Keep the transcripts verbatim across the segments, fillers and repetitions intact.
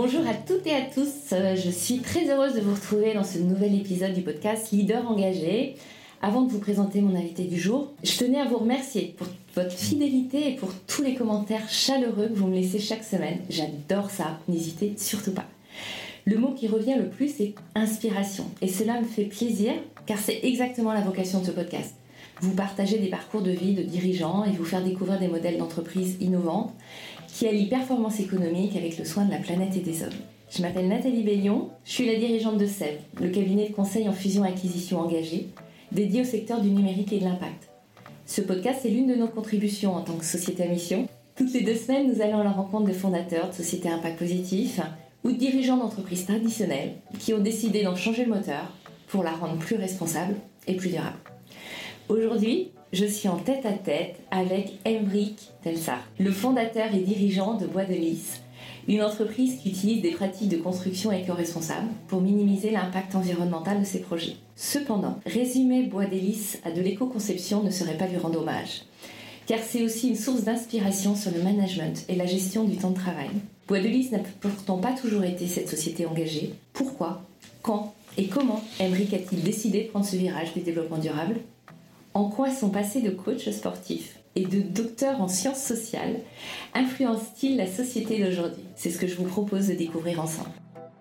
Bonjour à toutes et à tous, je suis très heureuse de vous retrouver dans ce nouvel épisode du podcast Leader Engagé. Avant de vous présenter mon invité du jour, je tenais à vous remercier pour votre fidélité et pour tous les commentaires chaleureux que vous me laissez chaque semaine. J'adore ça, n'hésitez surtout pas. Le mot qui revient le plus est inspiration, et cela me fait plaisir car c'est exactement la vocation de ce podcast. Vous partagez des parcours de vie de dirigeants et vous faire découvrir des modèles d'entreprises innovantes qui allient performance économique avec le soin de la planète et des hommes. Je m'appelle Nathalie Bellion, je suis la dirigeante de S E V, le cabinet de conseil en fusion-acquisition engagé, dédié au secteur du numérique et de l'impact. Ce podcast est l'une de nos contributions en tant que société à mission. Toutes les deux semaines, nous allons à la rencontre de fondateurs de sociétés à impact positif ou de dirigeants d'entreprises traditionnelles qui ont décidé d'en changer le moteur pour la rendre plus responsable et plus durable. Aujourd'hui, je suis en tête-à-tête avec Aymeric Telsart, le fondateur et dirigeant de Bois de Lys, une entreprise qui utilise des pratiques de construction éco-responsables pour minimiser l'impact environnemental de ses projets. Cependant, résumer Bois de Lys à de l'éco-conception ne serait pas lui rendre hommage, car c'est aussi une source d'inspiration sur le management et la gestion du temps de travail. Bois de Lys n'a pourtant pas toujours été cette société engagée. Pourquoi, quand et comment Aymeric a-t-il décidé de prendre ce virage du développement durable ? En quoi son passé de coach sportif et de docteur en sciences sociales influence-t-il la société d'aujourd'hui ? C'est ce que je vous propose de découvrir ensemble.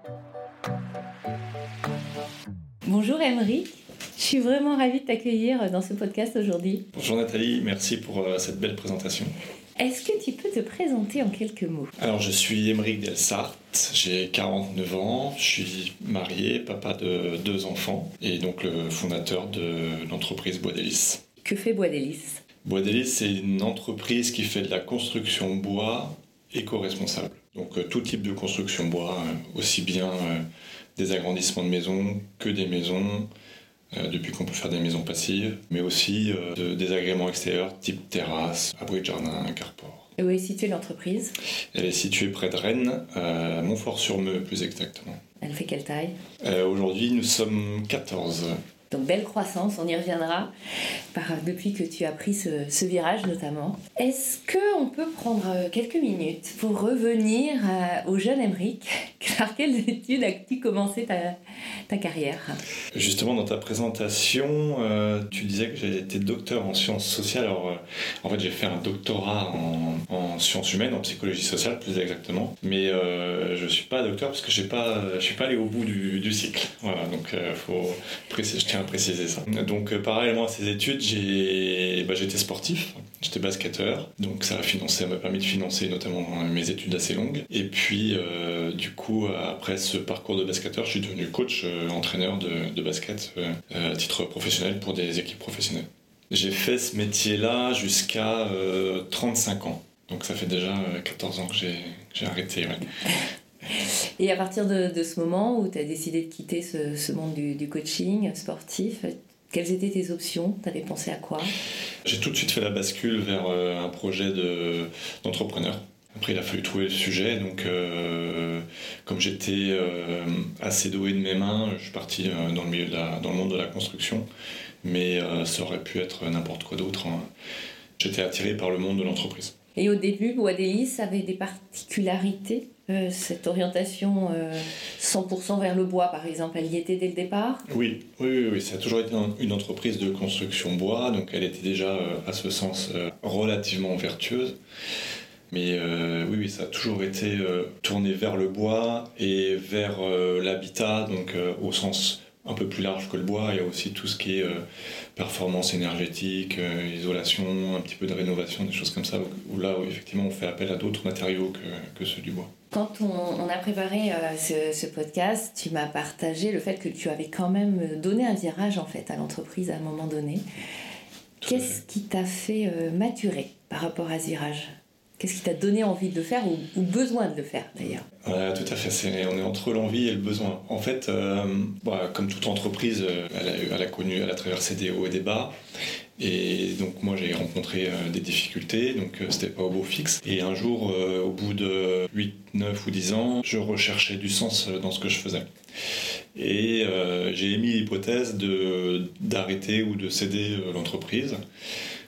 Bonjour Aymeric, je suis vraiment ravie de t'accueillir dans ce podcast aujourd'hui. Bonjour Nathalie, merci pour euh, cette belle présentation. Est-ce que tu peux te présenter en quelques mots ? Alors je suis Aymeric Telsart, j'ai quarante-neuf ans, je suis marié, papa de deux enfants et donc le fondateur de l'entreprise Bois de Lys. Que fait Bois de Lys ? Bois de Lys, c'est une entreprise qui fait de la construction bois éco-responsable. Donc euh, tout type de construction bois, euh, aussi bien euh, des agrandissements de maisons que des maisons, euh, depuis qu'on peut faire des maisons passives, mais aussi euh, de, des agréments extérieurs type terrasse, abri de jardin, carport. Et où est située l'entreprise ? Elle est située près de Rennes, à Montfort-sur-Meux plus exactement. Elle fait quelle taille ? euh, Aujourd'hui nous sommes quatorze. Donc belle croissance, on y reviendra, par, depuis que tu as pris ce, ce virage notamment. Est-ce qu'on peut prendre quelques minutes pour revenir à, au jeune Aymeric ? Par quelles études as-tu commencé ta, ta carrière ? Justement, dans ta présentation, euh, tu disais que j'ai été docteur en sciences sociales. Alors, euh, en fait, j'ai fait un doctorat en, en sciences humaines, en psychologie sociale plus exactement. Mais euh, je ne suis pas docteur parce que je ne suis pas allé au bout du, du cycle. Voilà, donc euh, faut préciser, je tiens à préciser ça. Donc, euh, parallèlement à ces études, j'ai, bah, j'étais sportif, j'étais basketteur. Donc, ça a financé, ça m'a permis de financer notamment mes études assez longues. Et puis, euh, du coup, après ce parcours de basketteur, je suis devenu coach, euh, entraîneur de, de basket euh, à titre professionnel pour des équipes professionnelles. J'ai fait ce métier-là jusqu'à euh, trente-cinq ans. Donc ça fait déjà euh, quatorze ans que j'ai, que j'ai arrêté. Ouais. Et à partir de, de ce moment où tu as décidé de quitter ce, ce monde du, du coaching sportif, quelles étaient tes options ? Tu avais pensé à quoi ? J'ai tout de suite fait la bascule vers euh, un projet de, d'entrepreneur. Après, il a fallu trouver le sujet, donc euh, comme j'étais euh, assez doué de mes mains, je suis parti euh, dans le milieu de la, dans le monde de la construction, mais euh, ça aurait pu être n'importe quoi d'autre. Hein. J'étais attiré par le monde de l'entreprise. Et au début, Bois de Lys avait des particularités, euh, cette orientation euh, cent pour cent vers le bois, par exemple, elle y était dès le départ ? Oui, oui, oui, oui, ça a toujours été une entreprise de construction bois, donc elle était déjà, euh, à ce sens, euh, relativement vertueuse. Mais euh, oui, oui, ça a toujours été euh, tourné vers le bois et vers euh, l'habitat, donc euh, au sens un peu plus large que le bois. Il y a aussi tout ce qui est euh, performance énergétique, euh, isolation, un petit peu de rénovation, des choses comme ça, où là, où, effectivement, on fait appel à d'autres matériaux que, que ceux du bois. Quand on, on a préparé euh, ce, ce podcast, tu m'as partagé le fait que tu avais quand même donné un virage en fait, à l'entreprise à un moment donné. Tout Qu'est-ce qui t'a fait euh, maturer par rapport à ce virage ? Qu'est-ce qui t'a donné envie de le faire ou, ou besoin de le faire d'ailleurs ? Ouais, tout à fait, c'est, on est entre l'envie et le besoin. En fait, euh, bah, comme toute entreprise, elle a, elle a connu, elle a traversé des hauts et des bas. Et donc moi j'ai rencontré euh, des difficultés, donc euh, c'était pas au beau fixe. Et un jour, euh, au bout de huit, neuf ou dix ans, je recherchais du sens dans ce que je faisais. Et euh, j'ai émis l'hypothèse de, d'arrêter ou de céder euh, l'entreprise.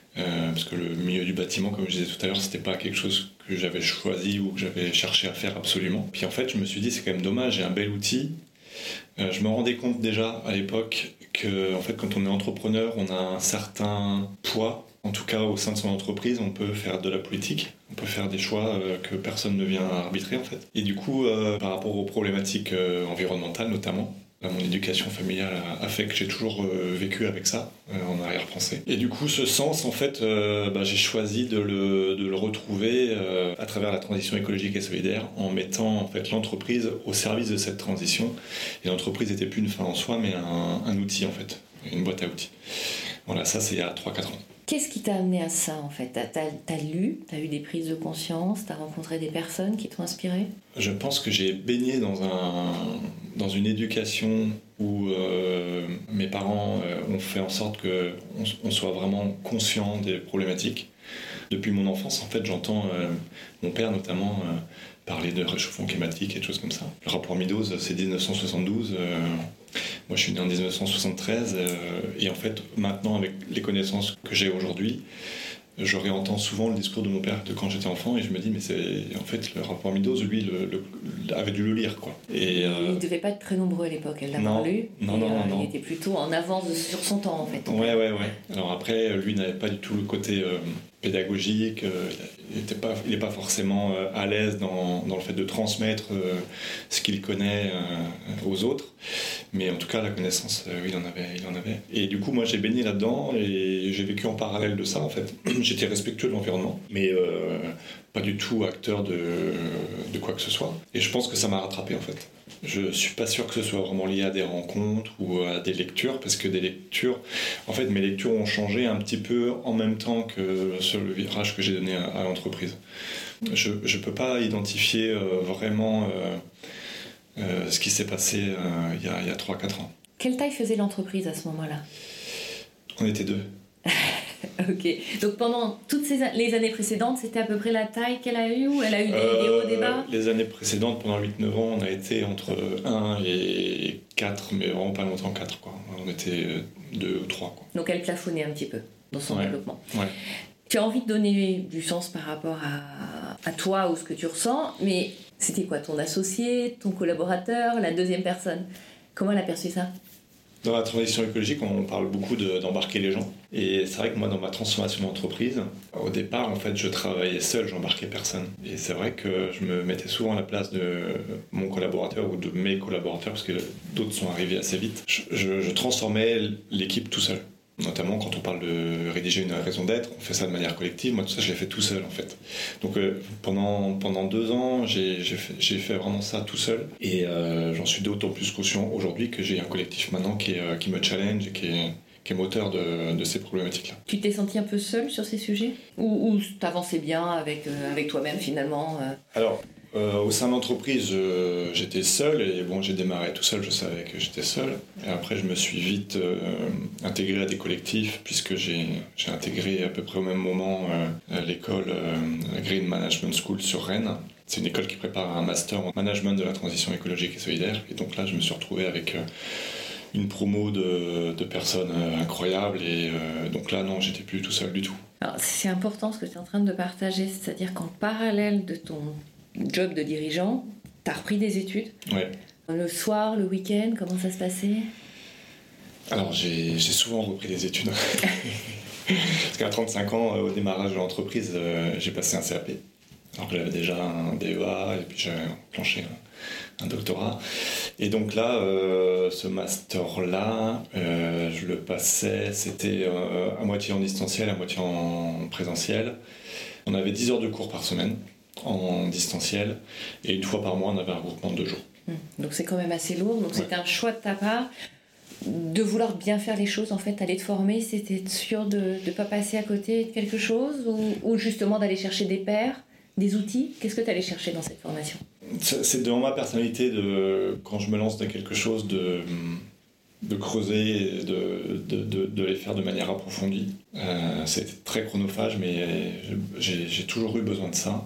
Euh, parce que le milieu du bâtiment, comme je disais tout à l'heure, c'était pas quelque chose que j'avais choisi ou que j'avais cherché à faire absolument. Puis en fait, je me suis dit, c'est quand même dommage, j'ai un bel outil. Euh, je me rendais compte déjà à l'époque que en fait, quand on est entrepreneur, on a un certain poids. En tout cas, au sein de son entreprise, on peut faire de la politique, on peut faire des choix euh, que personne ne vient arbitrer en fait. Et du coup, euh, par rapport aux problématiques euh, environnementales notamment, là, mon éducation familiale a, a fait que j'ai toujours euh, vécu avec ça, euh, en arrière-pensée. Et du coup, ce sens, en fait, euh, bah, j'ai choisi de le, de le retrouver euh, à travers la transition écologique et solidaire, en mettant en fait l'entreprise au service de cette transition. Et l'entreprise n'était plus une fin en soi, mais un, un outil en fait, une boîte à outils. Voilà, ça c'est il y a trois quatre ans. Qu'est-ce qui t'a amené à ça en fait ? T'as, t'as, t'as lu, t'as eu des prises de conscience, t'as rencontré des personnes qui t'ont inspiré ? Je pense que j'ai baigné dans, un, dans une éducation où euh, mes parents euh, ont fait en sorte qu'on on soit vraiment conscient des problématiques. Depuis mon enfance, en fait, j'entends euh, mon père notamment euh, parler de réchauffement climatique et de choses comme ça. Le rapport Meadows, c'est dix-neuf cent soixante-douze. Euh, moi, je suis né en dix-neuf cent soixante-treize. Euh, et en fait, maintenant, avec les connaissances que j'ai aujourd'hui, je réentends souvent le discours de mon père de quand j'étais enfant et je me dis, mais c'est en fait le rapport Meadows, lui, le, le, avait dû le lire, quoi. Et, euh... il ne devait pas être très nombreux à l'époque, elle l'avoir lu. Non, non, non, euh, non. Il était plutôt en avance sur son temps, en fait. Ouais, ouais, ouais. Alors après, lui n'avait pas du tout le côté euh, pédagogique. Euh, il n'est pas, il est pas forcément euh, à l'aise dans, dans le fait de transmettre euh, ce qu'il connaît euh, aux autres. Mais en tout cas, la connaissance, euh, il en avait, il en avait. Et du coup, moi, j'ai baigné là-dedans et j'ai vécu en parallèle de ça, en fait. J'étais respectueux de l'environnement, mais euh, pas du tout acteur de, de quoi que ce soit. Et je pense que ça m'a rattrapé, en fait. Je suis pas sûr que ce soit vraiment lié à des rencontres ou à des lectures, parce que des lectures, en fait, mes lectures ont changé un petit peu en même temps que sur le virage que j'ai donné à, à l'entreprise. Je je peux pas identifier euh, vraiment euh, euh, ce qui s'est passé euh, il y a, il y a trois quatre ans. Quelle taille faisait l'entreprise à ce moment-là ? On était deux. Ok. Donc pendant toutes ces, les années précédentes, c'était à peu près la taille qu'elle a eue ou elle a eu des, euh, des hauts, des bas ? Les années précédentes, pendant huit neuf ans, on a été entre un et quatre, mais vraiment pas longtemps quatre, quoi. On était deux ou trois, quoi. Donc elle plafonnait un petit peu dans son ouais. développement. Ouais. Tu as envie de donner du sens par rapport à, à toi ou ce que tu ressens, mais c'était quoi, ton associé, ton collaborateur, la deuxième personne ? Comment elle a perçu ça ? Dans la transition écologique, on parle beaucoup de, d'embarquer les gens. Et c'est vrai que moi, dans ma transformation d'entreprise, au départ, en fait, je travaillais seul, j'embarquais personne. Et c'est vrai que je me mettais souvent à la place de mon collaborateur ou de mes collaborateurs, parce que d'autres sont arrivés assez vite. Je, je, je transformais l'équipe tout seul. Notamment quand on parle de rédiger une raison d'être, on fait ça de manière collective. Moi, tout ça, je l'ai fait tout seul, en fait. Donc, euh, pendant, pendant deux ans, j'ai, j'ai, fait, j'ai fait vraiment ça tout seul. Et euh, j'en suis d'autant plus conscient aujourd'hui que j'ai un collectif maintenant qui, est, qui me challenge et qui est, qui est moteur de, de ces problématiques-là. Tu t'es senti un peu seul sur ces sujets ? Ou, ou t'avançais bien avec, euh, avec toi-même, finalement euh... Alors, Euh, au sein de l'entreprise, euh, j'étais seul et bon, j'ai démarré tout seul, je savais que j'étais seul. Et après, je me suis vite euh, intégré à des collectifs puisque j'ai, j'ai intégré à peu près au même moment euh, l'école euh, Green Management School sur Rennes. C'est une école qui prépare un master en management de la transition écologique et solidaire. Et donc là, je me suis retrouvé avec euh, une promo de, de personnes euh, incroyables. Et euh, donc là, non, j'étais plus tout seul du tout. Alors, c'est important ce que tu es en train de partager, c'est-à-dire qu'en parallèle de ton job de dirigeant, t'as repris des études. Ouais. Le soir, le week-end, comment ça se passait ? Alors j'ai, j'ai souvent repris des études. Parce qu'à trente-cinq ans, au démarrage de l'entreprise, euh, j'ai passé un C A P. Alors que j'avais déjà un D E A et puis j'avais enclenché un, un doctorat. Et donc là, euh, ce master-là, euh, je le passais, c'était euh, à moitié en distanciel, à moitié en présentiel. On avait dix heures de cours par semaine en distanciel et une fois par mois on avait un regroupement de deux jours. Donc c'est quand même assez lourd, donc ouais. C'était un choix de ta part de vouloir bien faire les choses, en fait, aller te former, c'était sûr de ne pas passer à côté de quelque chose ou, ou justement d'aller chercher des pairs, des outils. Qu'est-ce que tu allais chercher dans cette formation ? C'est dans ma personnalité, de, quand je me lance dans quelque chose, de, de creuser, de, de, de, de les faire de manière approfondie. Euh, c'est très chronophage, mais j'ai, j'ai toujours eu besoin de ça.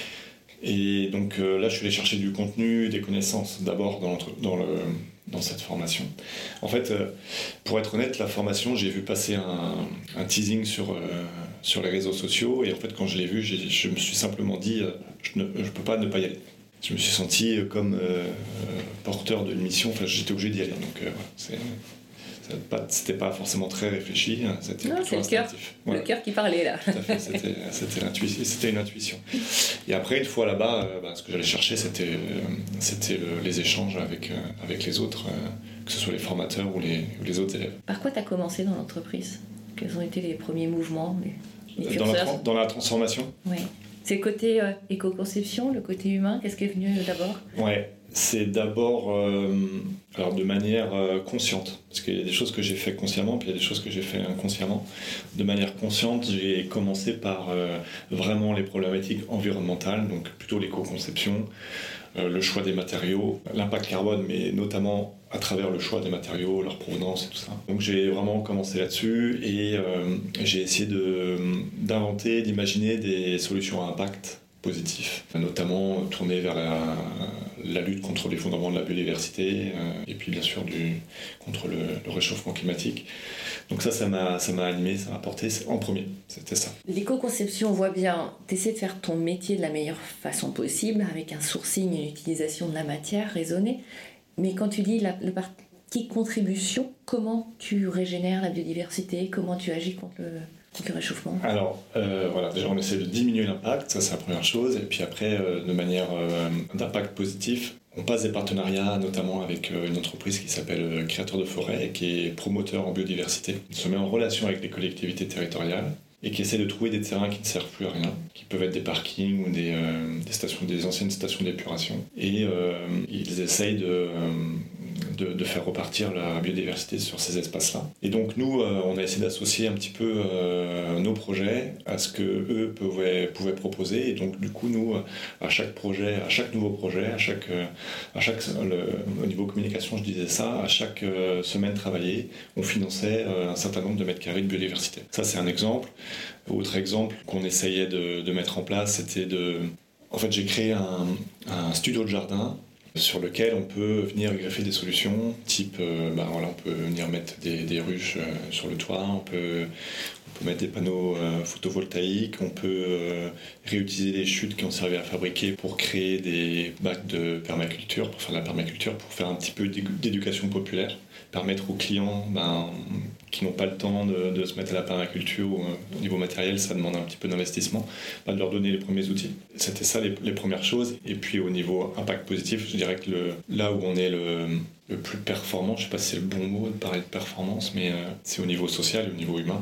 Et donc euh, là, je suis allé chercher du contenu, des connaissances d'abord dans, dans, le, dans cette formation. En fait, euh, pour être honnête, la formation, j'ai vu passer un, un teasing sur, euh, sur les réseaux sociaux. Et en fait, quand je l'ai vu, j'ai, je me suis simplement dit, euh, je ne je peux pas ne pas y aller. Je me suis senti comme euh, porteur d'une mission, enfin j'étais obligé d'y aller. Donc euh, c'est, pas, c'était pas forcément très réfléchi, c'était non, plutôt c'est instinctif. Le cœur, voilà. Le cœur qui parlait là. Tout à fait, c'était, c'était, l'intuition, c'était une intuition. Et après, une fois là-bas, euh, bah, ce que j'allais chercher, c'était, euh, c'était le, les échanges avec, euh, avec les autres, euh, que ce soit les formateurs ou les, ou les autres élèves. Par quoi tu as commencé dans l'entreprise ? Quels ont été les premiers mouvements, les, les dans, la tra- dans la transformation ? Oui. C'est le côté euh, éco-conception, le côté humain, qu'est-ce qui est venu d'abord ? Ouais, c'est d'abord euh, alors de manière euh, consciente, parce qu'il y a des choses que j'ai fait consciemment, puis il y a des choses que j'ai fait inconsciemment. De manière consciente, j'ai commencé par euh, vraiment les problématiques environnementales, donc plutôt l'éco-conception, euh, le choix des matériaux, l'impact carbone, mais notamment à travers le choix des matériaux, leur provenance et tout ça. Donc j'ai vraiment commencé là-dessus et euh, j'ai essayé de, d'inventer, d'imaginer des solutions à impact positif, notamment tournées vers la, la lutte contre l'effondrement de la biodiversité euh, et puis bien sûr du, contre le, le réchauffement climatique. Donc ça, ça m'a, ça m'a animé, ça m'a porté en premier, c'était ça. L'éco-conception, on voit bien, tu essaies de faire ton métier de la meilleure façon possible, avec un sourcing et une utilisation de la matière raisonnée. Mais quand tu dis la, le parti contribution, comment tu régénères la biodiversité ? Comment tu agis contre le, contre le réchauffement ? Alors, euh, voilà, déjà on essaie de diminuer l'impact, ça c'est la première chose. Et puis après, euh, de manière euh, d'impact positif, on passe des partenariats, notamment avec euh, une entreprise qui s'appelle euh, Créateur de Forêt et qui est promoteur en biodiversité. On se met en relation avec les collectivités territoriales et qui essaie de trouver des terrains qui ne servent plus à rien, qui peuvent être des parkings ou des, euh, des, stations, des anciennes stations d'épuration. Et euh, ils essayent de, euh, de, de faire repartir la biodiversité sur ces espaces-là. Et donc nous, euh, on a essayé d'associer un petit peu euh, nos projets à ce qu'eux pouvaient, pouvaient proposer. Et donc du coup, nous, à chaque projet, à chaque nouveau projet, à chaque, à chaque, le, au niveau communication, je disais ça, à chaque euh, semaine travaillée, on finançait euh, un certain nombre de mètres carrés de biodiversité. Ça, c'est un exemple. Autre exemple qu'on essayait de, de mettre en place, c'était de... En fait, j'ai créé un, un studio de jardin sur lequel on peut venir greffer des solutions, type, euh, bah, voilà, on peut venir mettre des, des ruches euh, sur le toit, on peut, on peut mettre des panneaux euh, photovoltaïques, on peut euh, réutiliser les chutes qui ont servi à fabriquer pour créer des bacs de permaculture, pour faire de la permaculture, pour faire un petit peu d'éducation populaire, permettre aux clients ben, qui n'ont pas le temps de, de se mettre à la permaculture ou, euh, au niveau matériel, ça demande un petit peu d'investissement, ben, de leur donner les premiers outils. C'était ça les, les premières choses. Et puis au niveau impact positif, je dirais que le, là où on est le, le plus performant, je ne sais pas si c'est le bon mot de parler de performance, mais euh, c'est au niveau social et au niveau humain.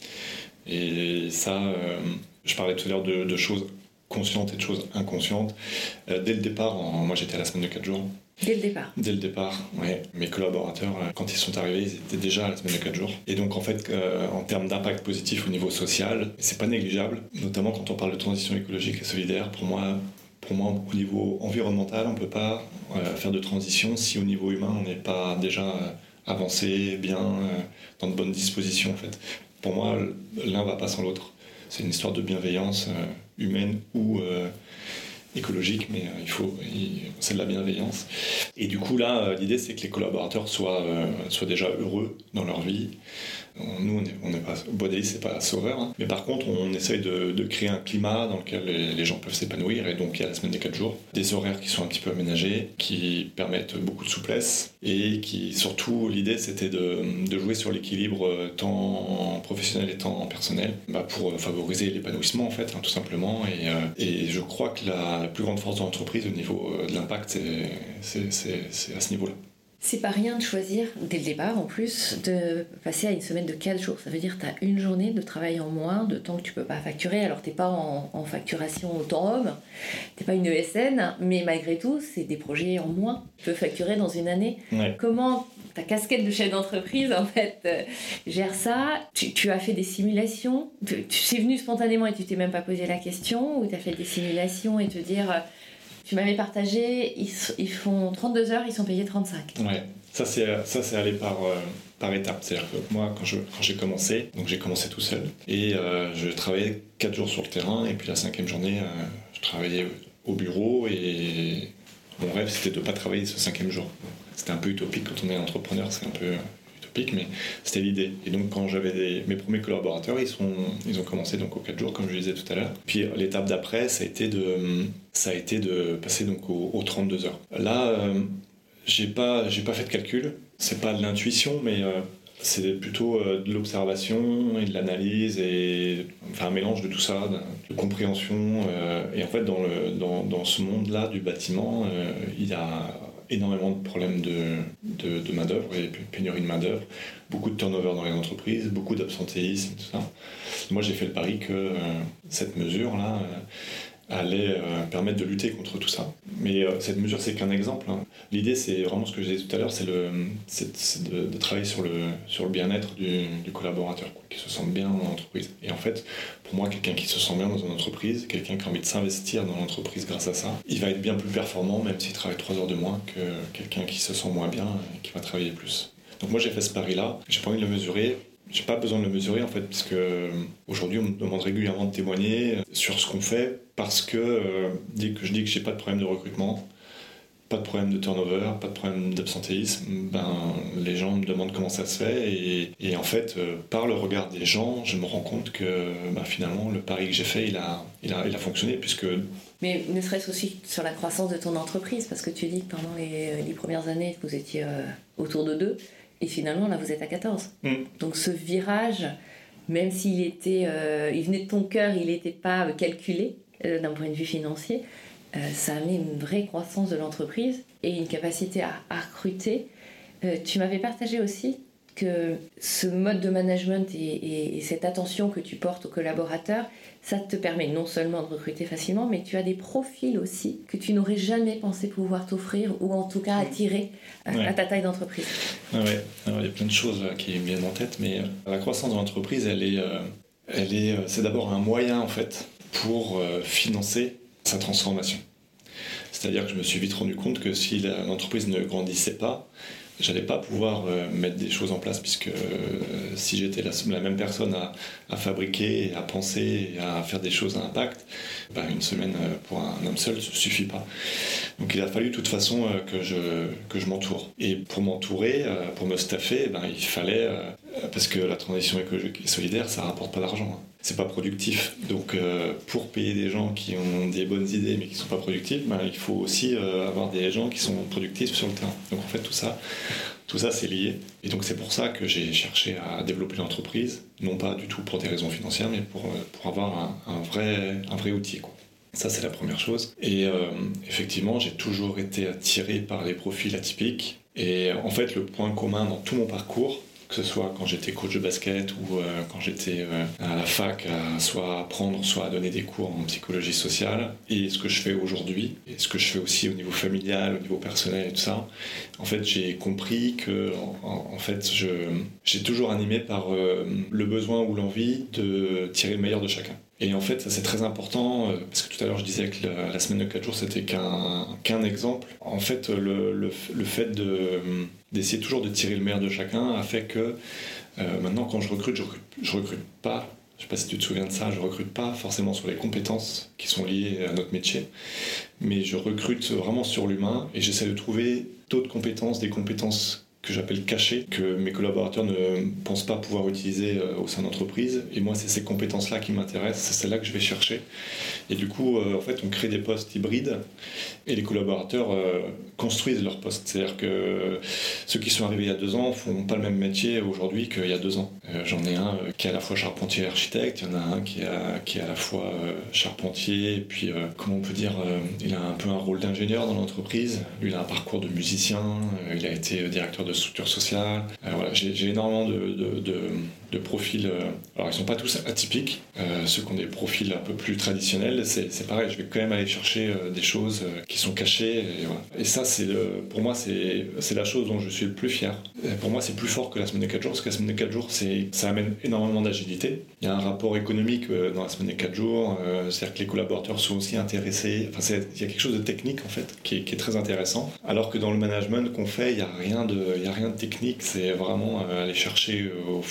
Et ça, euh, je parlais tout à l'heure de, de choses conscientes et de choses inconscientes. Euh, dès le départ, en, moi j'étais à la semaine de quatre jours. Dès le départ. Dès le départ, ouais. Mes collaborateurs, quand ils sont arrivés, ils étaient déjà à la semaine de quatre jours. Et donc, en fait, euh, en termes d'impact positif au niveau social, c'est pas négligeable, notamment quand on parle de transition écologique et solidaire. Pour moi, pour moi au niveau environnemental, on peut pas euh, faire de transition si au niveau humain, on n'est pas déjà euh, avancé, bien, euh, dans de bonnes dispositions, en fait. Pour moi, l'un va pas sans l'autre. C'est une histoire de bienveillance euh, humaine ou... Euh, écologique, mais euh, il faut, il, c'est de la bienveillance. Et du coup, là, euh, l'idée, c'est que les collaborateurs soient, euh, soient déjà heureux dans leur vie. On, nous, on n'est on est pas, Bois d'Hélice, c'est pas sauveur, hein. Mais par contre, on essaye de, de créer un climat dans lequel les, les gens peuvent s'épanouir, et donc il y a la semaine des quatre jours, des horaires qui sont un petit peu aménagés, qui permettent beaucoup de souplesse, et qui, surtout, l'idée, c'était de, de jouer sur l'équilibre tant professionnel et tant personnel, bah, pour favoriser l'épanouissement, en fait, hein, tout simplement. Et, euh, et je crois que la, la plus grande force de l'entreprise au niveau de l'impact, c'est, c'est, c'est, c'est à ce niveau-là. C'est pas rien de choisir, dès le départ en plus, de passer à une semaine de quatre jours. Ça veut dire que tu as une journée de travail en moins, de temps que tu peux pas facturer. Alors t'es pas en, en facturation au temps homme, t'es pas une E S N, mais malgré tout, c'est des projets en moins. Tu peux facturer dans une année. Ouais. Comment ta casquette de chef d'entreprise, en fait, euh, gère ça? tu, tu as fait des simulations? Tu, tu es venu spontanément et tu t'es même pas posé la question? Ou tu as fait des simulations et te dire... Euh, tu m'avais partagé, ils, ils font trente-deux heures, ils sont payés trente-cinq. Ouais, ça c'est, ça c'est allé par, euh, par étapes. C'est-à-dire que moi, quand, je, quand j'ai commencé, donc j'ai commencé tout seul, et euh, je travaillais quatre jours sur le terrain, et puis la cinquième journée, euh, je travaillais au bureau, et mon rêve c'était de ne pas travailler ce cinquième jour. C'était un peu utopique quand on est entrepreneur, c'est un peu utopique, mais c'était l'idée. Et donc quand j'avais des, mes premiers collaborateurs, ils, sont, ils ont commencé donc aux quatre jours, comme je le disais tout à l'heure. Puis l'étape d'après, ça a été de, ça a été de passer donc aux, aux trente-deux heures. Là, euh, j'ai pas, j'ai pas fait de calcul, c'est pas de l'intuition, mais euh, c'est plutôt euh, de l'observation et de l'analyse, et enfin un mélange de tout ça, de, de compréhension. Euh, et en fait, dans, le, dans, dans ce monde-là du bâtiment, euh, il y a énormément de problèmes de, de, de main-d'œuvre, et pénurie de main-d'œuvre, beaucoup de turnover dans les entreprises, beaucoup d'absentéisme, tout ça. Moi, j'ai fait le pari que euh, cette mesure-là euh, allait euh, permettre de lutter contre tout ça. Mais euh, cette mesure, c'est qu'un exemple. Hein. L'idée, c'est vraiment ce que je disais tout à l'heure, c'est, le, c'est, c'est de, de travailler sur le, sur le bien-être du, du collaborateur, quoi, qui se sente bien dans l'entreprise. Et en fait, pour moi, quelqu'un qui se sent bien dans une entreprise, quelqu'un qui a envie de s'investir dans l'entreprise grâce à ça, il va être bien plus performant, même s'il travaille trois heures de moins, que quelqu'un qui se sent moins bien et qui va travailler plus. Donc moi, j'ai fait ce pari-là, j'ai pas envie de le mesurer. J'ai pas besoin de le mesurer en fait, parce que aujourd'hui on me demande régulièrement de témoigner sur ce qu'on fait, parce que euh, dès que je dis que j'ai pas de problème de recrutement, pas de problème de turnover, pas de problème d'absentéisme, ben les gens me demandent comment ça se fait, et, et en fait euh, par le regard des gens, je me rends compte que ben, finalement le pari que j'ai fait, il a, il a, il a fonctionné, puisque. Mais ne serait-ce aussi sur la croissance de ton entreprise, parce que tu dis que pendant les, les premières années vous étiez euh, autour de deux. Et finalement, là, vous êtes à quatorze. Mm. Donc ce virage, même s'il était, euh, il venait de ton cœur, il n'était pas calculé euh, d'un point de vue financier, euh, ça a amené une vraie croissance de l'entreprise et une capacité à, à recruter. Euh, tu m'avais partagé aussi que ce mode de management et, et, et cette attention que tu portes aux collaborateurs, ça te permet non seulement de recruter facilement, mais tu as des profils aussi que tu n'aurais jamais pensé pouvoir t'offrir, ou en tout cas attirer à, ouais. à ta taille d'entreprise. Ah ouais. Alors, il y a plein de choses là, qui me viennent en tête, mais la croissance de l'entreprise, elle est, euh, elle est, c'est d'abord un moyen en fait pour euh, financer sa transformation. C'est-à-dire que je me suis vite rendu compte que si la, l'entreprise ne grandissait pas, j'allais pas pouvoir euh, mettre des choses en place, puisque euh, si j'étais la, la même personne à, à fabriquer, à penser, et à faire des choses à impact, ben une semaine euh, pour un homme seul ne suffit pas. Donc il a fallu de toute façon euh, que, je, que je m'entoure. Et pour m'entourer, euh, pour me staffer, ben, il fallait, euh, parce que la transition écologique et solidaire, ça rapporte pas d'argent. Hein. C'est pas productif. Donc euh, pour payer des gens qui ont des bonnes idées mais qui sont pas productifs, ben, il faut aussi euh, avoir des gens qui sont productifs sur le terrain. Donc en fait tout ça, tout ça c'est lié. Et donc c'est pour ça que j'ai cherché à développer l'entreprise, non pas du tout pour des raisons financières, mais pour, pour avoir un, un, vrai, un vrai outil, quoi. Ça c'est la première chose. Et euh, effectivement j'ai toujours été attiré par les profils atypiques. Et en fait le point commun dans tout mon parcours, que ce soit quand j'étais coach de basket ou euh, quand j'étais euh, à la fac, à soit apprendre, soit à donner des cours en psychologie sociale, et ce que je fais aujourd'hui, et ce que je fais aussi au niveau familial, au niveau personnel et tout ça, en fait j'ai compris que en, en fait je, j'ai toujours animé par euh, le besoin ou l'envie de tirer le meilleur de chacun. Et en fait, ça c'est très important, parce que tout à l'heure je disais que la, la semaine de quatre jours c'était qu'un, qu'un exemple. En fait, le, le, le fait de, d'essayer toujours de tirer le meilleur de chacun a fait que euh, maintenant quand je recrute, je recrute, je recrute pas, je sais pas si tu te souviens de ça, je recrute pas forcément sur les compétences qui sont liées à notre métier, mais je recrute vraiment sur l'humain et j'essaie de trouver d'autres compétences, des compétences que j'appelle cachées, que mes collaborateurs ne pensent pas pouvoir utiliser au sein d'entreprise. Et moi, c'est ces compétences-là qui m'intéressent, c'est celles-là que je vais chercher. Et du coup, euh, en fait, on crée des postes hybrides et les collaborateurs euh, construisent leurs postes. C'est-à-dire que ceux qui sont arrivés il y a deux ans ne font pas le même métier aujourd'hui qu'il y a deux ans. Euh, j'en ai un euh, qui est à la fois charpentier et architecte, il y en a un qui est à, qui est à la fois euh, charpentier, et puis, euh, comment on peut dire, euh, il a un peu un rôle d'ingénieur dans l'entreprise. Lui, il a un parcours de musicien, euh, il a été directeur de structure sociale. Euh, voilà, j'ai, j'ai énormément de, de, de, de profils. Euh, alors, ils ne sont pas tous atypiques. Euh, ceux qui ont des profils un peu plus traditionnels, c'est, c'est pareil. Je vais quand même aller chercher euh, des choses euh, qui sont cachées. Et, voilà. Et ça, c'est le, pour moi, c'est, c'est la chose dont je suis le plus fier. Et pour moi, c'est plus fort que la semaine des quatre jours, parce que la semaine des quatre jours, c'est, ça amène énormément d'agilité. Il y a un rapport économique euh, dans la semaine des quatre jours. Euh, c'est-à-dire que les collaborateurs sont aussi intéressés. Enfin, c'est, il y a quelque chose de technique, en fait, qui est, qui est très intéressant. Alors que dans le management qu'on fait, il n'y a rien de... Il n'y a rien de technique, c'est vraiment aller chercher au fond de chacun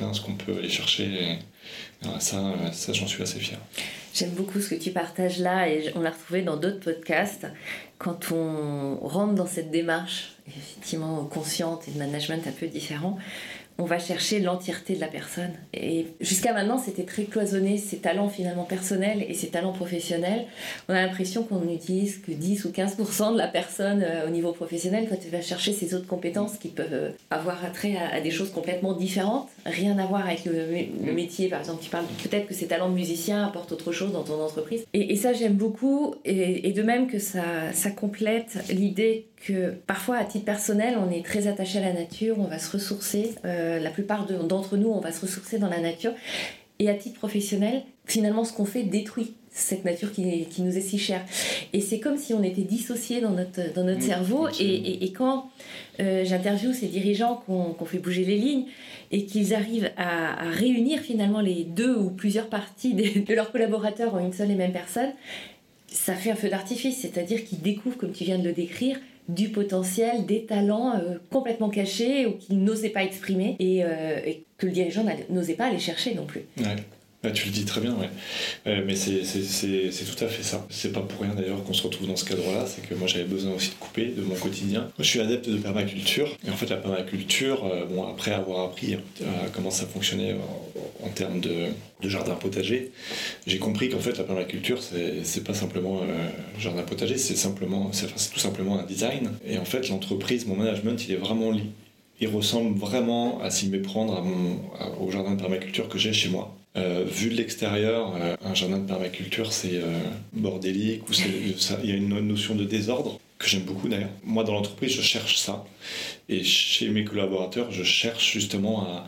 bien ce qu'on peut aller chercher. Et, et ça, ça, j'en suis assez fier. J'aime beaucoup ce que tu partages là et on l'a retrouvé dans d'autres podcasts. Quand on rentre dans cette démarche, effectivement consciente et de management un peu différent, on va chercher l'entièreté de la personne. Et jusqu'à maintenant, c'était très cloisonné, ses talents finalement personnels et ses talents professionnels. On a l'impression qu'on n'utilise que dix ou quinze pour cent de la personne euh, au niveau professionnel quand tu vas chercher ces autres compétences qui peuvent euh, avoir attrait à, à des choses complètement différentes, rien à voir avec le, le métier. Par exemple, tu parles peut-être que ces talents de musicien apportent autre chose dans ton entreprise. Et, et ça, j'aime beaucoup. Et, et de même que ça, ça complète l'idée que parfois, à titre personnel, on est très attaché à la nature, on va se ressourcer. Euh, la plupart de, d'entre nous, on va se ressourcer dans la nature. Et à titre professionnel, finalement, ce qu'on fait détruit cette nature qui, qui nous est si chère. Et c'est comme si on était dissocié dans notre, dans notre mmh, cerveau. Et, et, et quand euh, j'interviewe ces dirigeants qu'on, qu'on fait bouger les lignes et qu'ils arrivent à, à réunir finalement les deux ou plusieurs parties des, de leurs collaborateurs en une seule et même personne, ça fait un feu d'artifice. C'est-à-dire qu'ils découvrent, comme tu viens de le décrire, du potentiel, des talents euh, complètement cachés ou qu'ils n'osaient pas exprimer et, euh, et que le dirigeant n'osait pas aller chercher non plus. Ouais. Ouais, tu le dis très bien, ouais. Euh, mais c'est, c'est, c'est, c'est tout à fait ça. C'est pas pour rien d'ailleurs qu'on se retrouve dans ce cadre-là, c'est que moi j'avais besoin aussi de couper de mon quotidien. Moi, je suis adepte de permaculture, et en fait la permaculture, euh, bon, après avoir appris euh, comment ça fonctionnait en, en termes de, de jardin potager, j'ai compris qu'en fait la permaculture c'est, c'est pas simplement euh, jardin potager, c'est, simplement, c'est, enfin, c'est tout simplement un design. Et en fait l'entreprise, mon management, il est vraiment lié. Il ressemble vraiment à s'y méprendre à mon, à, au jardin de permaculture que j'ai chez moi. Euh, vu de l'extérieur, euh, un jardin de permaculture c'est euh, bordélique, ou c'est, ça, il y a une notion de désordre que j'aime beaucoup d'ailleurs. Moi dans l'entreprise je cherche ça, et chez mes collaborateurs je cherche justement à,